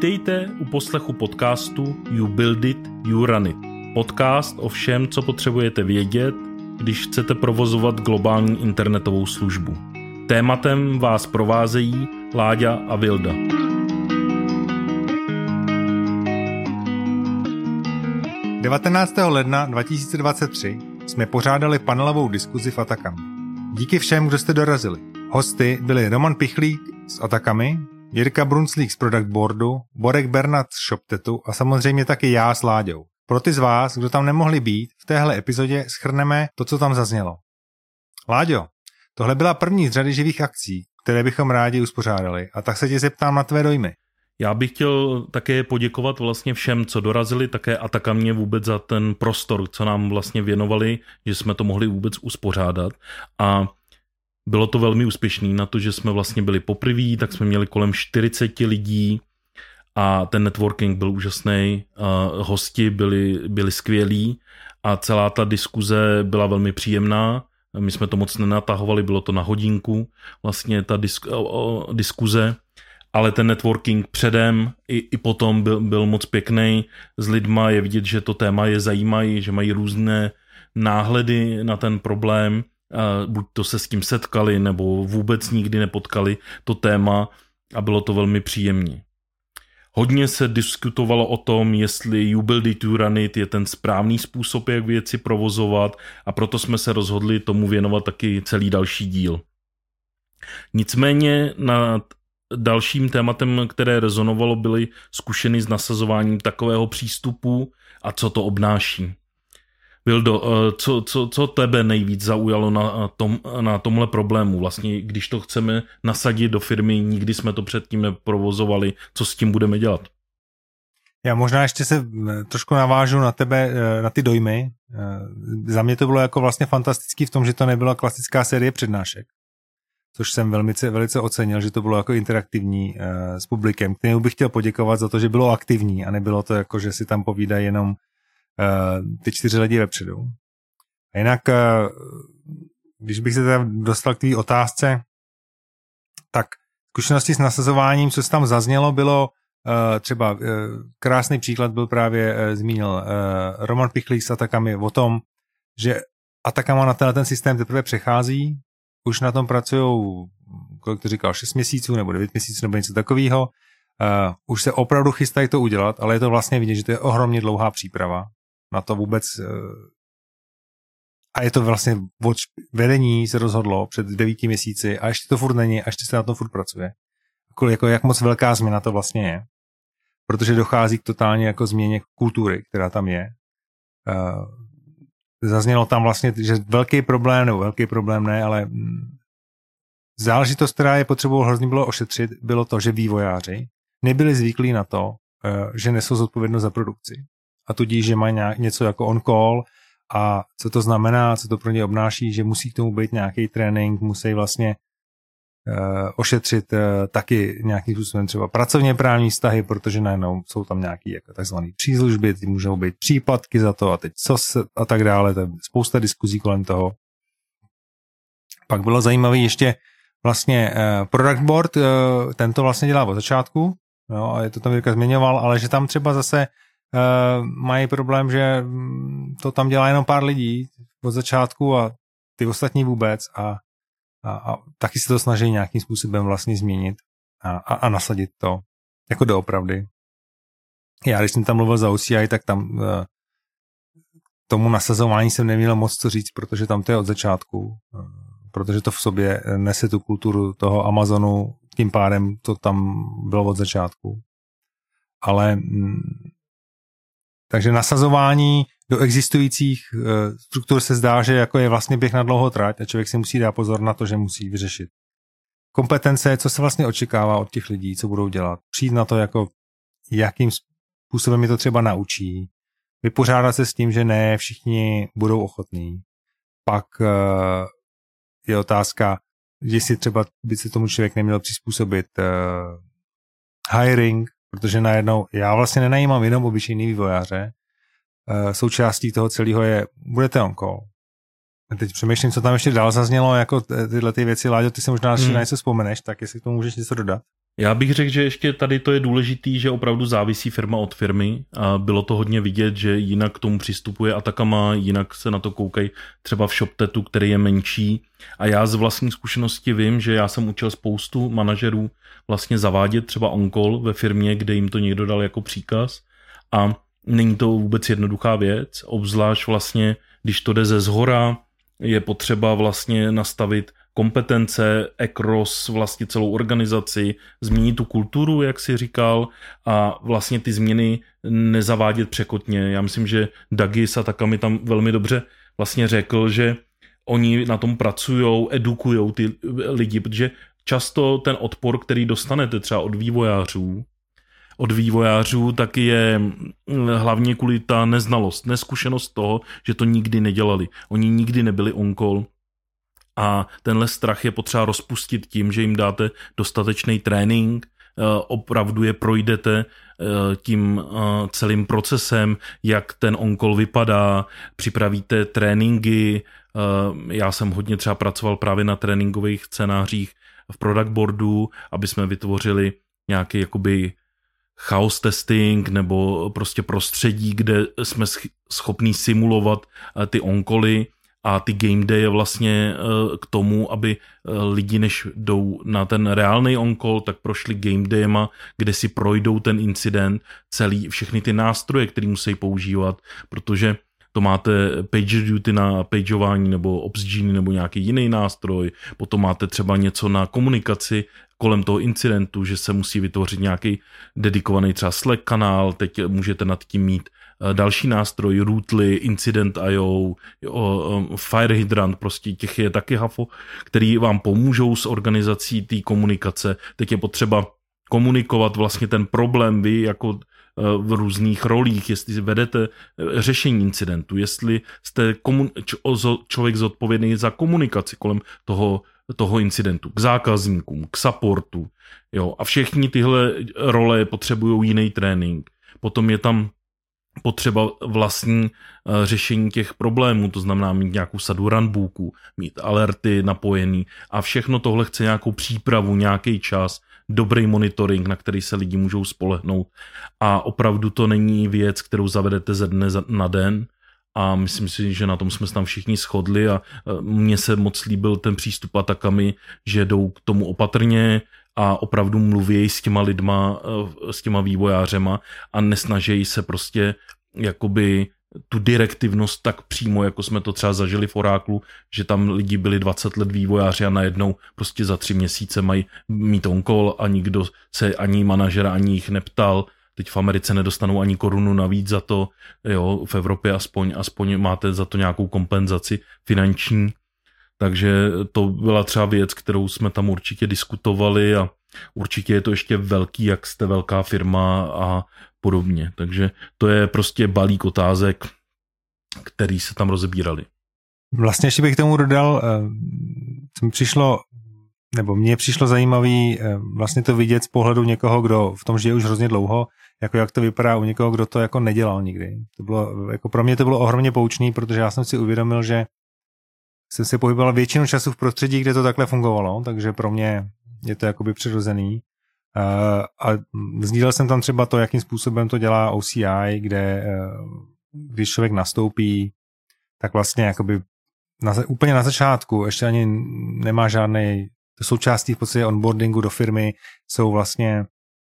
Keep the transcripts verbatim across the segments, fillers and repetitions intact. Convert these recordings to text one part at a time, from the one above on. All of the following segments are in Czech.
Vítejte u poslechu podcastu You Build It, You Run It. Podcast o všem, co potřebujete vědět, když chcete provozovat globální internetovou službu. Tématem vás provázejí Láďa a Vilda. devatenáctého ledna dva tisíce dvacet tři jsme pořádali panelovou diskuzi v Atacami. Díky všem, kdo jste dorazili. Hosty byli Roman Pichlík z Atacami, Jirka Brunclík z Product Boardu, Borek Bernat z ShopTetu a samozřejmě taky já s Láďou. Pro ty z vás, kdo tam nemohli být, v téhle epizodě shrneme to, co tam zaznělo. Láďo, tohle byla první z řady živých akcí, které bychom rádi uspořádali, a tak se tě zeptám na tvé dojmy. Já bych chtěl také poděkovat vlastně všem, co dorazili, také Atacamě vůbec za ten prostor, co nám vlastně věnovali, že jsme to mohli vůbec uspořádat. A bylo to velmi úspěšný na to, že jsme vlastně byli poprví, tak jsme měli kolem čtyřicet lidí a ten networking byl úžasný, hosti byli, byli skvělí a celá ta diskuze byla velmi příjemná. My jsme to moc nenatahovali, bylo to na hodinku, vlastně ta disk, o, o, diskuze, ale ten networking předem i, i potom byl, byl moc pěkný. S lidma je vidět, že to téma je zajímají, že mají různé náhledy na ten problém, buď to se s tím setkali, nebo vůbec nikdy nepotkali to téma a bylo to velmi příjemné. Hodně se diskutovalo o tom, jestli You Build It, You Run It je ten správný způsob, jak věci provozovat, a proto jsme se rozhodli tomu věnovat taky celý další díl. Nicméně nad dalším tématem, které rezonovalo, byly zkušeny s nasazováním takového přístupu a co to obnáší. Vildo, co, co, co tebe nejvíc zaujalo na, tom, na tomhle problému? Vlastně, když to chceme nasadit do firmy, nikdy jsme to předtím neprovozovali, co s tím budeme dělat? Já možná ještě se trošku navážu na tebe, na ty dojmy. Za mě to bylo jako vlastně fantastický v tom, že to nebyla klasická série přednášek, což jsem velice, velice ocenil, že to bylo jako interaktivní s publikem, kterému bych chtěl poděkovat za to, že bylo aktivní a nebylo to jako, že si tam povídají jenom ty čtyři lidi vepředu. A jinak, když bych se teda dostal k té otázce, tak zkušenosti s nasazováním, co se tam zaznělo, bylo třeba krásný příklad byl právě zmínil Roman Pichlík s Atacami o tom, že Atacama na ten, ten systém teprve přechází, už na tom pracují, kolik to říkal, šest měsíců nebo devět měsíců nebo něco takového. Už se opravdu chystají to udělat, ale je to vlastně vidět, že to je ohromně dlouhá příprava na to vůbec, a je to vlastně od vedení se rozhodlo před devíti měsíci a ještě to furt není a ještě se na tom furt pracuje. Jako jak moc velká změna to vlastně je, protože dochází k totálně jako změně kultury, která tam je. Zaznělo tam vlastně, že velký problém, nebo velký problém ne, ale záležitost, která je potřebou hrozně bylo ošetřit, bylo to, že vývojáři nebyli zvyklí na to, že nesou zodpovědnost za produkci. A tudíž, že mají něco jako on-call a co to znamená, co to pro ně obnáší, že musí k tomu být nějaký trénink, musí vlastně uh, ošetřit uh, taky nějakým způsobem třeba pracovně právní vztahy, protože najednou jsou tam nějaký jako takzvaný příslužby, ty můžou být příplatky za to a teď co se, a tak dále, to je spousta diskuzí kolem toho. Pak bylo zajímavé ještě vlastně uh, Product Board, uh, ten to vlastně dělá od začátku, jo, a je to tam Jirka zmiňoval, ale že tam třeba zase Uh, mají problém, že to tam dělá jenom pár lidí od začátku a ty ostatní vůbec a, a, a taky se to snaží nějakým způsobem vlastně změnit a, a, a nasadit to jako doopravdy. Já když jsem tam mluvil za O C I, tak tam uh, tomu nasazování jsem neměl moc co říct, protože tam to je od začátku, uh, protože to v sobě nese tu kulturu toho Amazonu, tím pádem to tam bylo od začátku. Ale mm, takže nasazování do existujících uh, struktur se zdá, že jako je vlastně běh na dlouhou trať a člověk si musí dát pozor na to, že musí vyřešit kompetence, co se vlastně očekává od těch lidí, co budou dělat. Přijít na to, jako jakým způsobem je to třeba naučí. Vypořádat se s tím, že ne všichni budou ochotní. Pak uh, je otázka, jestli třeba by se tomu člověk neměl přizpůsobit uh, hiring, protože najednou já vlastně nenajímám jenom obyčejný vývojáře. Součástí toho celého je, budete on call. Teď přemýšlím, co tam ještě dál zaznělo, jako tyhle ty věci, Láďo, ty si možná hmm. na něco vzpomeneš, tak jestli k tomu můžeš něco dodat. Já bych řekl, že ještě tady to je důležitý, že opravdu závisí firma od firmy a bylo to hodně vidět, že jinak k tomu přistupuje Atacama, jinak se na to koukají třeba v ShopTetu, který je menší. A já z vlastní zkušenosti vím, že já jsem učil spoustu manažerů vlastně zavádět třeba on-call ve firmě, kde jim to někdo dal jako příkaz a není to vůbec jednoduchá věc, obzvlášť vlastně, když to jde ze zhora, je potřeba vlastně nastavit kompetence, across vlastně celou organizaci, změnit tu kulturu, jak si říkal, a vlastně ty změny nezavádět překotně. Já myslím, že Dagi s Atacami tam velmi dobře vlastně řekl, že oni na tom pracujou, edukujou ty lidi, protože často ten odpor, který dostanete třeba od vývojářů, od vývojářů, tak je hlavně kvůli ta neznalost, neskušenost toho, že to nikdy nedělali. Oni nikdy nebyli on-call. A tenhle strach je potřeba rozpustit tím, že jim dáte dostatečný trénink, opravdu je projdete tím celým procesem, jak ten on-call vypadá, připravíte tréninky. Já jsem hodně třeba pracoval právě na tréninkových scénářích v product boardu, aby jsme vytvořili nějaký jakoby chaos testing nebo prostě prostředí, kde jsme schopní simulovat ty on-cally. A ty game day je vlastně k tomu, aby lidi, než jdou na ten reálný on-call, tak prošli game dayma, kde si projdou ten incident, celý, všechny ty nástroje, které musí používat, protože to máte PagerDuty na pageování nebo OpsGenie nebo nějaký jiný nástroj, potom máte třeba něco na komunikaci kolem toho incidentu, že se musí vytvořit nějaký dedikovaný třeba Slack kanál, teď můžete nad tím mít další nástroj, Rootly, Incident tečka i o, Fire Hydrant, prostě těch je taky hafo, který vám pomůžou s organizací té komunikace. Teď je potřeba komunikovat vlastně ten problém vy jako v různých rolích, jestli vedete řešení incidentu, jestli jste komun- č- člověk zodpovědný za komunikaci kolem toho, toho incidentu, k zákazníkům, k supportu. Jo? A všechny tyhle role potřebují jiný trénink. Potom je tam potřeba vlastní řešení těch problémů, to znamená mít nějakou sadu runbooků, mít alerty napojený a všechno tohle chce nějakou přípravu, nějaký čas, dobrý monitoring, na který se lidi můžou spolehnout a opravdu to není věc, kterou zavedete ze dne na den a myslím si, že na tom jsme se tam všichni shodli a mně se moc líbil ten přístup Atacami, že jdou k tomu opatrně a opravdu mluví s těma lidma, s těma vývojářema a nesnaží se prostě jakoby tu direktivnost tak přímo, jako jsme to třeba zažili v Oráklu, že tam lidi byli dvacet let vývojáři a najednou prostě za tři měsíce mají mít on-call a nikdo se ani manažera, ani jich neptal. Teď v Americe nedostanou ani korunu navíc za to, jo, v Evropě aspoň, aspoň máte za to nějakou kompenzaci finanční. Takže to byla třeba věc, kterou jsme tam určitě diskutovali a určitě je to ještě velký, jak jste velká firma a podobně. Takže to je prostě balík otázek, který se tam rozebírali. Vlastně ještě bych k tomu dodal, co mi přišlo, nebo mně přišlo zajímavý vlastně to vidět z pohledu někoho, kdo v tom žije už hrozně dlouho, jako jak to vypadá u někoho, kdo to jako nedělal nikdy. To bylo, jako pro mě to bylo ohromně poučný, protože já jsem si uvědomil, že jsem se pohyboval většinu času v prostředí, kde to takhle fungovalo, takže pro mě je to jakoby přirozený. A sdílel jsem tam třeba to, jakým způsobem to dělá O C I, kde když člověk nastoupí, tak vlastně jakoby na, úplně na začátku ještě ani nemá žádnej, to součástí v podstatě onboardingu do firmy jsou vlastně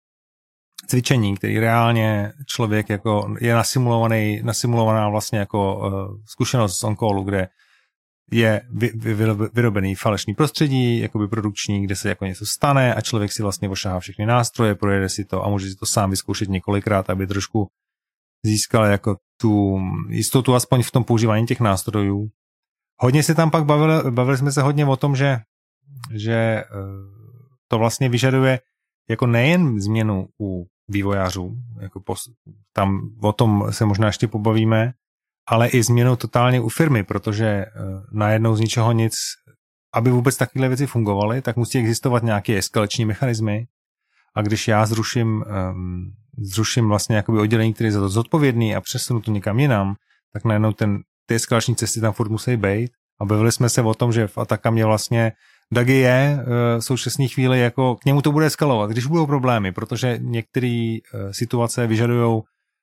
cvičení, který reálně člověk jako je nasimulovaný, nasimulovaná vlastně jako uh, zkušenost z on-callu, kde je vy, vy, vy, vyrobený falešný prostředí, jakoby produkční, kde se jako něco stane a člověk si vlastně ošahá všechny nástroje, projede si to a může si to sám vyzkoušet několikrát, aby trošku získal jako tu jistotu aspoň v tom používání těch nástrojů. Hodně se tam pak bavili, bavili jsme se hodně o tom, že, že to vlastně vyžaduje jako nejen změnu u vývojářů, jako pos, tam o tom se možná ještě pobavíme, ale i změnu totálně u firmy, protože najednou z ničeho nic, aby vůbec takové věci fungovaly, tak musí existovat nějaké eskalační mechanismy a když já zruším, um, zruším vlastně jakoby oddělení, které je za to zodpovědný a přesunu to někam jinam, tak najednou ten, ty eskalační cesty tam furt musí být. A bavili jsme se o tom, že v Atacamě vlastně Dagi je v současné chvíli, jako k němu to bude eskalovat, když budou problémy, protože některé situace vyžadujou,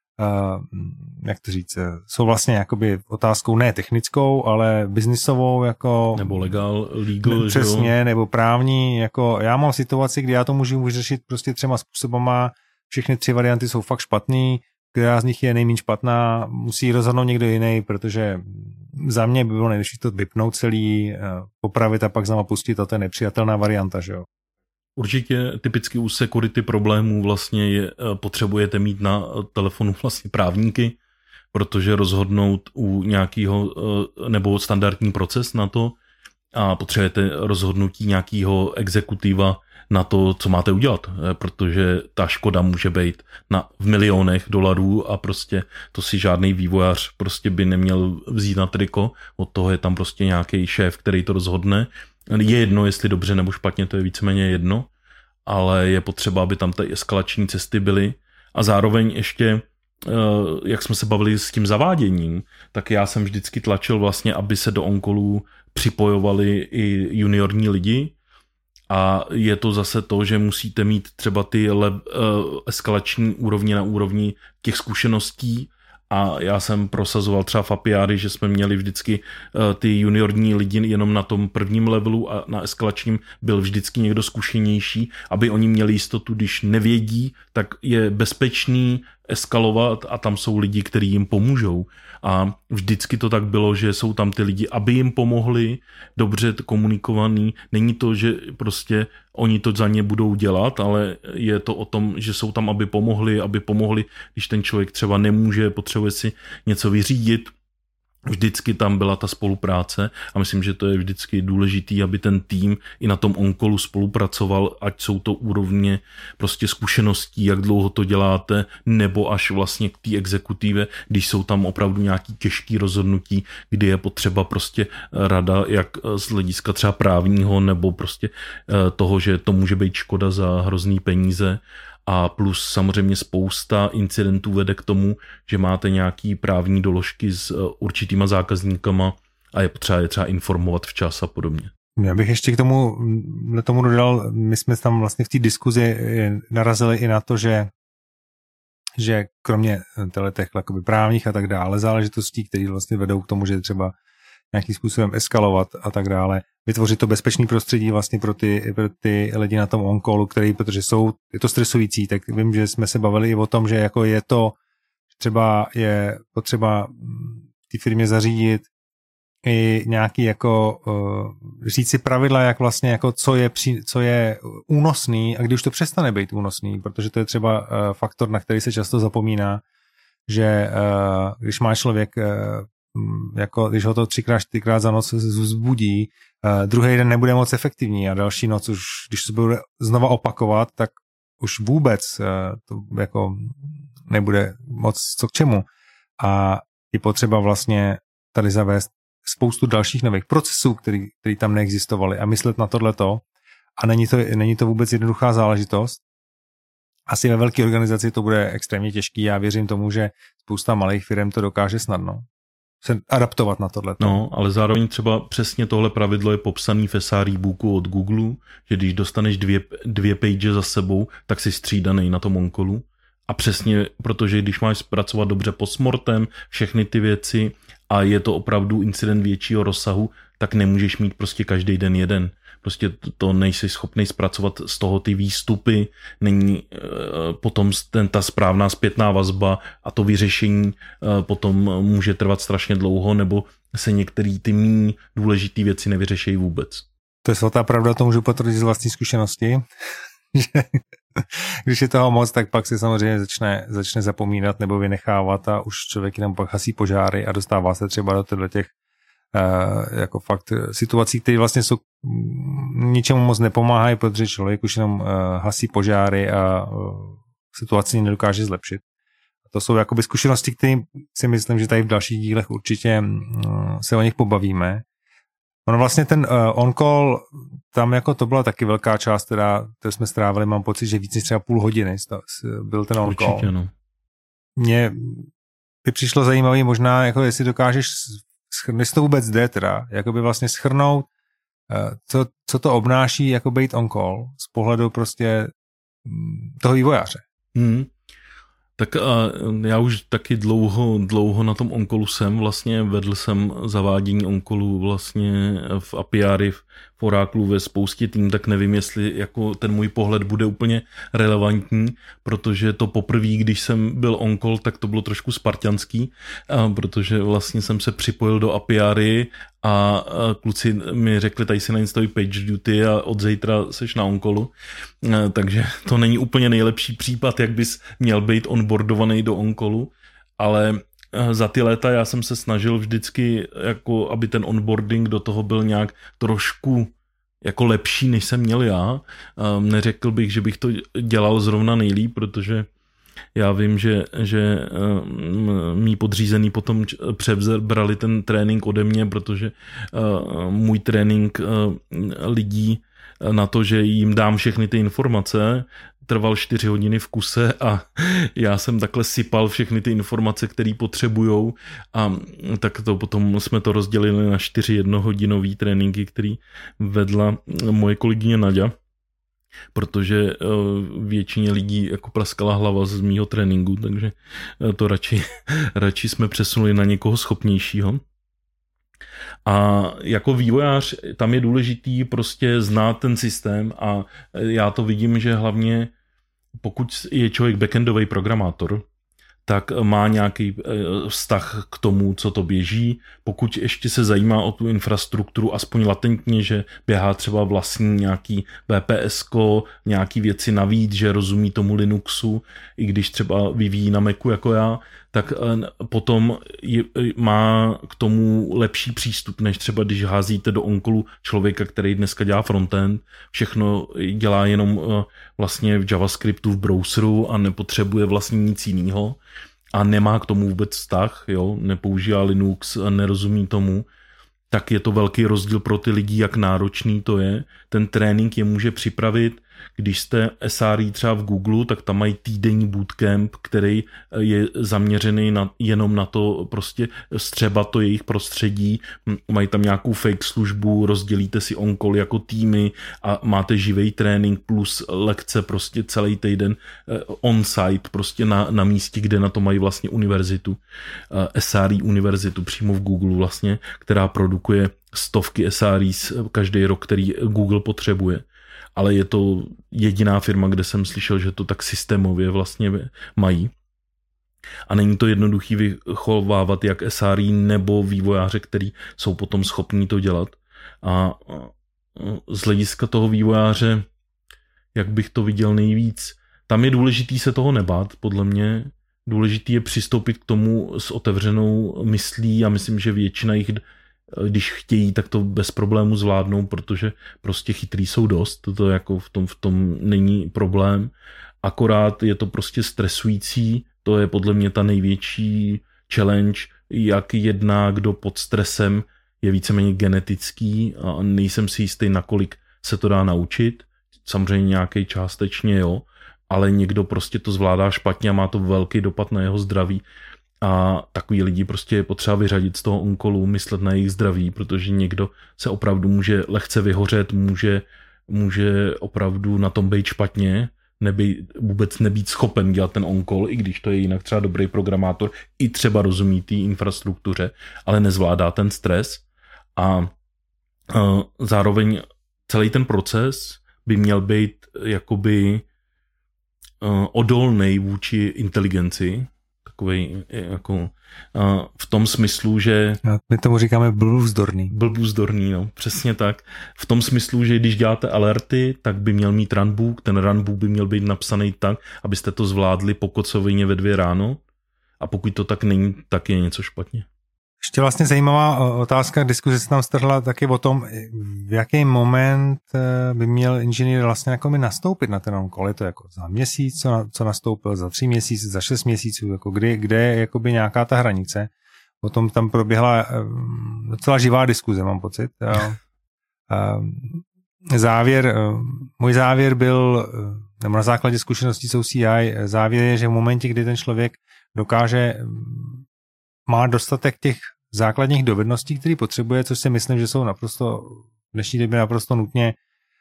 jak to říct, jsou vlastně jakoby otázkou ne technickou, ale biznisovou, jako... Nebo legal, legal, přesně, jo? Nebo právní, jako já mám situaci, kdy já to můžu řešit prostě třema způsobama, všechny tři varianty jsou fakt špatný, která z nich je nejméně špatná, musí rozhodnout někdo jiný, protože za mě by bylo nejlepší to vypnout celý, popravit a pak znova pustit, a to je nepřijatelná varianta, že jo. Určitě typicky u security problémů vlastně je, potřebujete mít na telefonu vlastně právníky, protože rozhodnout u nějakého nebo standardní proces na to a potřebujete rozhodnutí nějakého exekutiva na to, co máte udělat, protože ta škoda může být na, v milionech dolarů a prostě to si žádný vývojář prostě by neměl vzít na triko, od toho je tam prostě nějaký šéf, který to rozhodne. Je jedno, jestli dobře nebo špatně, to je víceméně jedno, ale je potřeba, aby tam ty eskalační cesty byly a zároveň ještě, jak jsme se bavili s tím zaváděním, tak já jsem vždycky tlačil vlastně, aby se do on-callů připojovali i juniorní lidi. A je to zase to, že musíte mít třeba ty le- eskalační úrovně na úrovni těch zkušeností a já jsem prosazoval třeba v Apiáry, že jsme měli vždycky ty juniorní lidi jenom na tom prvním levelu a na eskalačním byl vždycky někdo zkušenější, aby oni měli jistotu, když nevědí, tak je bezpečný eskalovat a tam jsou lidi, kteří jim pomůžou. A vždycky to tak bylo, že jsou tam ty lidi, aby jim pomohli, dobře komunikovaný. Není to, že prostě oni to za ně budou dělat, ale je to o tom, že jsou tam, aby pomohli, aby pomohli, když ten člověk třeba nemůže, potřebuje si něco vyřídit. Vždycky tam byla ta spolupráce a myslím, že to je vždycky důležitý, aby ten tým i na tom on-callu spolupracoval, ať jsou to úrovně prostě zkušeností, jak dlouho to děláte, nebo až vlastně k té exekutivě, když jsou tam opravdu nějaký těžký rozhodnutí, kdy je potřeba prostě rada, jak z hlediska třeba právního, nebo prostě toho, že to může být škoda za hrozný peníze. A plus samozřejmě spousta incidentů vede k tomu, že máte nějaký právní doložky s určitýma zákazníkama a je potřeba je třeba informovat včas a podobně. Já bych ještě k tomu, tomu dodal, my jsme tam vlastně v té diskuzi narazili i na to, že, že kromě těch právních a tak dále záležitostí, které vlastně vedou k tomu, že třeba nějakým způsobem eskalovat a tak dále, vytvořit to bezpečný prostředí vlastně pro ty, pro ty lidi na tom on-callu, který, protože jsou, je to stresující, tak vím, že jsme se bavili i o tom, že jako je to, třeba je potřeba té firmě zařídit i nějaký jako uh, říct si pravidla, jak vlastně jako co je, při, co je únosný a když už to přestane být únosný, protože to je třeba uh, faktor, na který se často zapomíná, že uh, když má člověk uh, jako když ho to třikrát, čtyřikrát za noc vzbudí, uh, druhý den nebude moc efektivní a další noc už, když se bude znova opakovat, tak už vůbec uh, to jako nebude moc co k čemu. A je potřeba vlastně tady zavést spoustu dalších nových procesů, který, který tam neexistovaly a myslet na tohleto. A není to, není to vůbec jednoduchá záležitost. Asi ve velké organizaci to bude extrémně těžký. Já věřím tomu, že spousta malých firm to dokáže snadno se adaptovat na tohleto. No, ale zároveň třeba přesně tohle pravidlo je popsaný v S R e-booku od Google, že když dostaneš dvě, dvě page za sebou, tak jsi střídaný na tom on-callu. A přesně, protože když máš pracovat dobře postmortem, všechny ty věci a je to opravdu incident většího rozsahu, tak nemůžeš mít prostě každý den jeden. Prostě to, to nejsi schopný zpracovat z toho ty výstupy, není e, potom ten, ta správná zpětná vazba a to vyřešení e, potom může trvat strašně dlouho, nebo se některé ty méně důležité věci nevyřešejí vůbec. To je svatá pravda, to můžu potvrdit z vlastní zkušenosti. Když je toho moc, tak pak se samozřejmě začne, začne zapomínat nebo vynechávat a už člověk jenom pak hasí požáry a dostává se třeba do těchto těch uh, jako fakt situací, které vlastně jsou ničemu moc nepomáhají, protože člověk už jenom uh, hasí požáry a uh, situaci nedokáže zlepšit. A to jsou jakoby zkušenosti, které si myslím, že tady v dalších dílech určitě uh, se o nich pobavíme. Ono vlastně ten uh, on-call, tam jako to byla taky velká část, teda, kterou jsme strávili, mám pocit, že víc než třeba půl hodiny byl ten on-call. Určitě, no. Mně by přišlo zajímavý možná, jako jestli dokážeš, schr- jestli to vůbec jde teda, jakoby vlastně schrnout co, co to obnáší jako být on call z pohledu prostě toho vývojáře. Hmm. Tak a já už taky dlouho, dlouho na tom onkolu jsem, vlastně vedl jsem zavádění onkolu vlastně v apiáry, v Oráklu ve spoustě tým, tak nevím, jestli jako ten můj pohled bude úplně relevantní, protože to poprvé, když jsem byl onkol, tak to bylo trošku spartianský, protože vlastně jsem se připojil do apiáry a kluci mi řekli, tady si nainstaluj PagerDuty a od zítra seš na onkolu, takže to není úplně nejlepší případ, jak bys měl být onboardovaný do onkolu, ale za ty léta já jsem se snažil vždycky, jako aby ten onboarding do toho byl nějak trošku jako lepší, než jsem měl já. Neřekl bych, že bych to dělal zrovna nejlíp, protože já vím, že, že mý podřízený potom přebrali ten trénink ode mě, protože můj trénink lidí na to, že jim dám všechny ty informace, trval čtyři hodiny v kuse a já jsem takhle sypal všechny ty informace, které potřebujou a tak to potom jsme to rozdělili na čtyři jednohodinový tréninky, který vedla moje kolegyně Naďa, protože většině lidí jako praskala hlava z mýho tréninku, takže to radši, radši jsme přesunuli na někoho schopnějšího. A jako vývojář tam je důležitý prostě znát ten systém a já to vidím, že hlavně pokud je člověk backendový programátor, tak má nějaký vztah k tomu, co to běží. Pokud ještě se zajímá o tu infrastrukturu, aspoň latentně, že běhá třeba vlastní nějaký V P S ko, nějaký věci navíc, že rozumí tomu Linuxu, i když třeba vyvíjí na Macu jako já, tak potom je, má k tomu lepší přístup, než třeba když házíte do onkolu člověka, který dneska dělá frontend, všechno dělá jenom vlastně v JavaScriptu v browseru a nepotřebuje vlastně nic jiného a nemá k tomu vůbec vztah, jo, nepoužívá Linux a nerozumí tomu, tak je to velký rozdíl pro ty lidi, jak náročný to je. Ten trénink je může připravit, když jste S R E třeba v Google, tak tam mají týdenní bootcamp, který je zaměřený na, jenom na to prostě střebat to jejich prostředí, mají tam nějakou fake službu, rozdělíte si on-call jako týmy a máte živej trénink plus lekce prostě celý týden on-site prostě na, na místě, kde na to mají vlastně univerzitu, S R E univerzitu přímo v Google vlastně, která produkuje stovky S R Es každý rok, který Google potřebuje. Ale je to jediná firma, kde jsem slyšel, že to tak systémově vlastně mají. A není to jednoduchý vychovávat jak S R E nebo vývojáře, který jsou potom schopní to dělat. A z hlediska toho vývojáře, jak bych to viděl nejvíc, tam je důležitý se toho nebát, podle mě. Důležitý je přistoupit k tomu s otevřenou myslí a myslím, že většina jich, když chtějí, tak to bez problému zvládnou, protože prostě chytrý jsou dost, to jako v tom, v tom není problém, akorát je to prostě stresující, to je podle mě ta největší challenge, jak jedná, kdo pod stresem je víceméně genetický a nejsem si jistý, nakolik se to dá naučit, samozřejmě nějaký částečně jo, ale někdo prostě to zvládá špatně a má to velký dopad na jeho zdraví. A takový lidi prostě je potřeba vyřadit z toho onkolu, myslet na jejich zdraví, protože někdo se opravdu může lehce vyhořet, může, může opravdu na tom být špatně, nebej, vůbec nebýt schopen dělat ten onkol, i když to je jinak třeba dobrý programátor, i třeba rozumí té infrastruktuře, ale nezvládá ten stres. A, a zároveň celý ten proces by měl být jakoby odolnej vůči inteligenci, takovej jako v tom smyslu, že... My tomu říkáme blbůvzdorný. Blbůvzdorný, no, přesně tak. V tom smyslu, že když děláte alerty, tak by měl mít runbook, ten runbook by měl být napsaný tak, abyste to zvládli po kocovině ve dvě ráno a pokud to tak není, tak je něco špatně. Ještě vlastně zajímavá otázka, diskuze se tam strhla taky o tom, v jaký moment by měl inženýr vlastně jako mi nastoupit na ten on-call. Je to jako za měsíc, co, na, co nastoupil, za tři měsíce, za šest měsíců, jako kdy, kde je jakoby nějaká ta hranice. Potom tam proběhla docela živá diskuze, mám pocit. Závěr, můj závěr byl, nebo na základě zkušeností s O C I, závěr je, že v momentě, kdy ten člověk dokáže, má dostatek těch základních dovedností, které potřebuje, což si myslím, že jsou naprosto v dnešní době naprosto nutně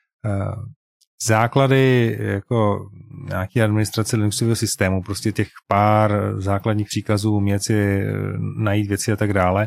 základy jako nějaký administrace Linuxového systému, prostě těch pár základních příkazů, umět si najít věci a tak dále.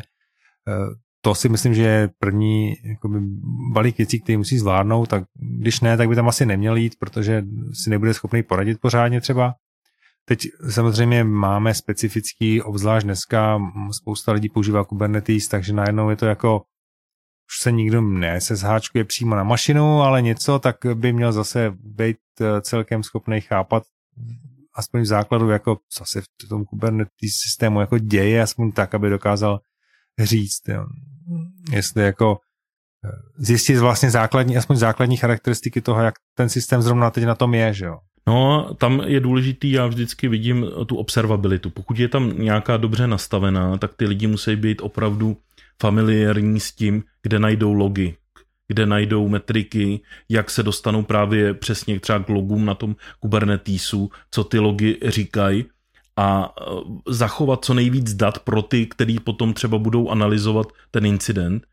To si myslím, že je první jakoby, balík věcí, který musí zvládnout, tak když ne, tak by tam asi neměl jít, protože si nebude schopný poradit pořádně třeba. Teď samozřejmě máme specifický, obzvlášť dneska, spousta lidí používá Kubernetes, takže najednou je to jako, už se nikdo ne se zháčkuje přímo na mašinu, ale něco, tak by měl zase být celkem schopný chápat aspoň v základu, jako co se v tom Kubernetes systému jako děje, aspoň tak, aby dokázal říct, jo. Jestli jako zjistit vlastně základní, aspoň základní charakteristiky toho, jak ten systém zrovna teď na tom je, že jo. No, tam je důležitý, já vždycky vidím tu observabilitu. Pokud je tam nějaká dobře nastavená, tak ty lidi musí být opravdu familiární s tím, kde najdou logy, kde najdou metriky, jak se dostanou právě přesně třeba k logům na tom Kubernetesu, co ty logy říkají a zachovat co nejvíc dat pro ty, který potom třeba budou analyzovat ten incident.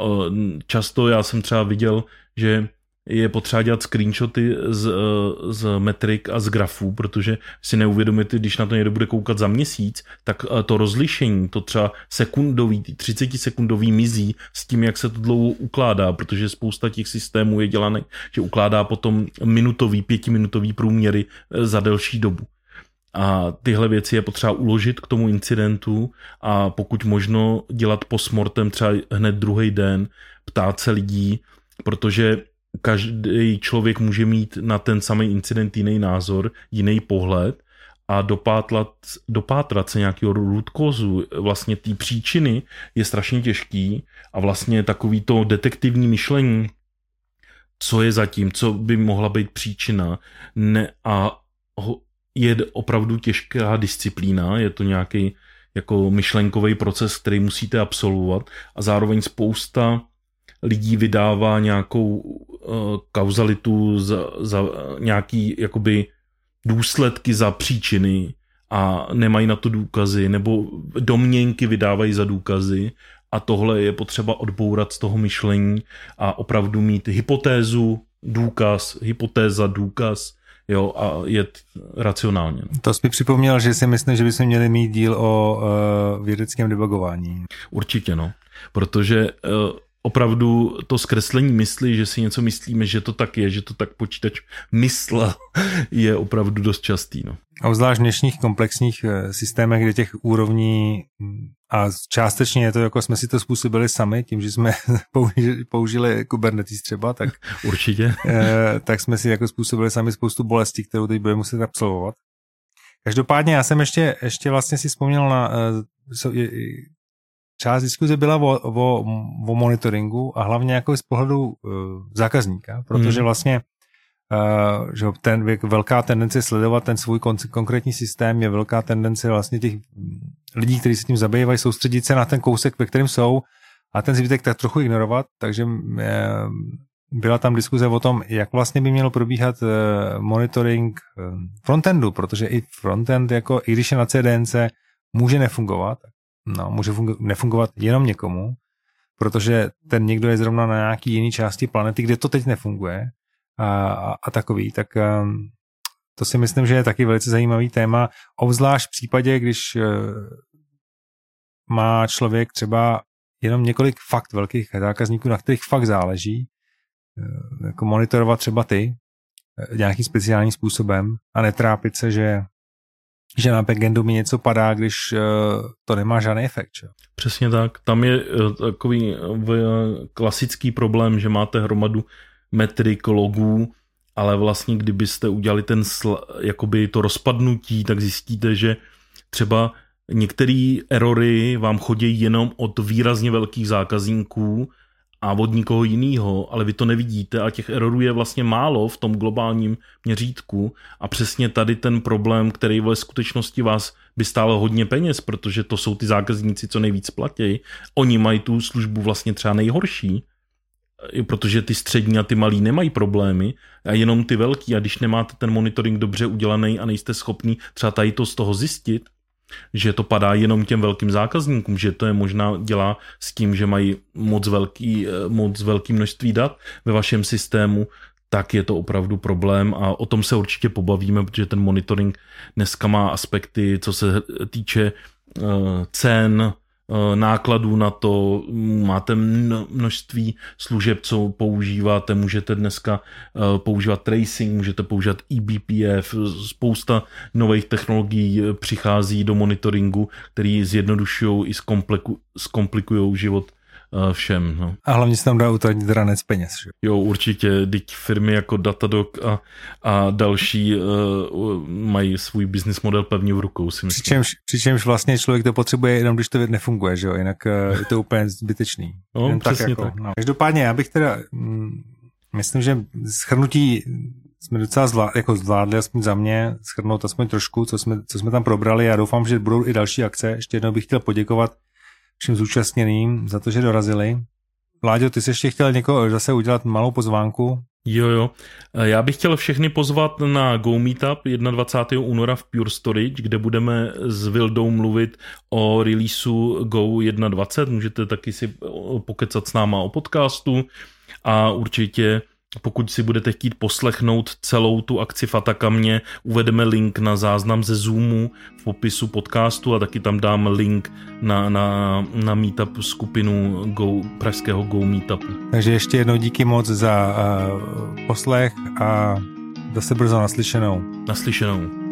Často já jsem třeba viděl, že je potřeba dělat screenshoty z, z metrik a z grafů, protože si neuvědomíte, když na to někdo bude koukat za měsíc, tak to rozlišení, to třeba sekundový, třicetisekundový mizí s tím, jak se to dlouho ukládá, protože spousta těch systémů je dělané, že ukládá potom minutový, pětiminutový průměry za delší dobu. A tyhle věci je potřeba uložit k tomu incidentu a pokud možno dělat postmortem třeba hned druhý den, ptát se lidí, protože každý člověk může mít na ten samý incident jiný názor, jiný pohled a dopátrat, dopátrat se nějakého root cause, vlastně té příčiny je strašně těžký a vlastně takový to detektivní myšlení, co je zatím, co by mohla být příčina ne, a je opravdu těžká disciplína, je to nějaký jako myšlenkový proces, který musíte absolvovat a zároveň spousta lidí vydává nějakou uh, kauzalitu za, za nějaký jakoby důsledky za příčiny a nemají na to důkazy, nebo domněnky vydávají za důkazy a tohle je potřeba odbourat z toho myšlení a opravdu mít hypotézu, důkaz, hypotéza, důkaz, jo, a jet racionálně. To jsi mi připomněl, že si myslím, že bychom měli mít díl o uh, vědeckém debugování. Určitě, no, protože uh, opravdu to zkreslení mysli, že si něco myslíme, že to tak je, že to tak počítač myslel, je opravdu dost častý. No. A zvlášť v dnešních komplexních systémech, kde těch úrovní a částečně je to, jako jsme si to způsobili sami, tím, že jsme použili, použili Kubernetes třeba, tak, určitě. tak jsme si jako způsobili sami spoustu bolestí, kterou teď budeme muset absolvovat. Každopádně já jsem ještě, ještě vlastně si vzpomněl na část diskuze byla o, o, o monitoringu a hlavně jako z pohledu uh, zákazníka, protože hmm. vlastně uh, že ten, velká tendence sledovat ten svůj kon, konkrétní systém je velká tendence vlastně těch lidí, kteří se tím zabývají, soustředit se na ten kousek, ve kterém jsou a ten zbytek tak trochu ignorovat, takže uh, byla tam diskuze o tom, jak vlastně by mělo probíhat uh, monitoring uh, frontendu, protože i frontend, jako, i když je na C D N C, může nefungovat. No, může fungu- nefungovat jenom někomu, protože ten někdo je zrovna na nějaký jiný části planety, kde to teď nefunguje a, a, a takový, tak um, to si myslím, že je taky velice zajímavý téma, obzvlášť v případě, když uh, má člověk třeba jenom několik fakt velkých zákazníků, na kterých fakt záleží, uh, jako monitorovat třeba ty uh, nějakým speciálním způsobem a netrápit se, že že na backendu mi něco padá, když uh, to nemá žádný efekt. Že? Přesně tak. Tam je uh, takový uh, klasický problém, že máte hromadu metrik, logů, ale vlastně kdybyste udělali ten sl- jakoby to rozpadnutí, tak zjistíte, že třeba některé erory vám chodí jenom od výrazně velkých zákazníků a od nikoho jiného, ale vy to nevidíte a těch errorů je vlastně málo v tom globálním měřítku a přesně tady ten problém, který ve skutečnosti vás by stálo hodně peněz, protože to jsou ty zákazníci, co nejvíc platí. Oni mají tu službu vlastně třeba nejhorší, protože ty střední a ty malí nemají problémy a jenom ty velký a když nemáte ten monitoring dobře udělaný a nejste schopný třeba tady to z toho zjistit, že to padá jenom těm velkým zákazníkům, že to je možná dělá s tím, že mají moc velký, moc velký množství dat ve vašem systému, tak je to opravdu problém a o tom se určitě pobavíme, protože ten monitoring dneska má aspekty, co se týče uh, cen, uh, nákladů na to, máte množství služeb, co používáte, můžete dneska uh, používat tracing, můžete používat E B P F, spousta nových technologií přichází do monitoringu, který zjednodušují i zkomplikují život všem. No. A hlavně se tam dá utratit ranec peněz. Že? Jo, určitě. Teď firmy jako Datadog a, a další uh, mají svůj business model pevně v rukou. Si myslím. Přičemž, přičemž vlastně člověk to potřebuje jenom, když to nefunguje, že jo? Jinak uh, je to úplně zbytečný. No, jen přesně tak. Jako, tak. No. Každopádně já bych teda, mm, myslím, že shrnutí jsme docela zvládli, jako zvládli, aspoň za mě, shrnout aspoň trošku, co jsme, co jsme tam probrali. Já doufám, že budou i další akce. Ještě jednou bych chtěl poděkovat všem zúčastněným za to, že dorazili. Láďo, ty jsi ještě chtěl někoho zase udělat malou pozvánku? Jo, jo. Já bych chtěl všechny pozvat na Go Meetup dvacátého prvního února v Pure Storage, kde budeme s Vildou mluvit o releaseu Go dvacet jedna. Můžete taky si pokecat s náma o podcastu a určitě pokud si budete chtít poslechnout celou tu akci v Atakamě, uvedeme link na záznam ze Zoomu v popisu podcastu a taky tam dám link na, na, na meetup skupinu Go, pražského Go Meetupu. Takže ještě jednou díky moc za uh, poslech a zase brzo naslyšenou. Naslyšenou.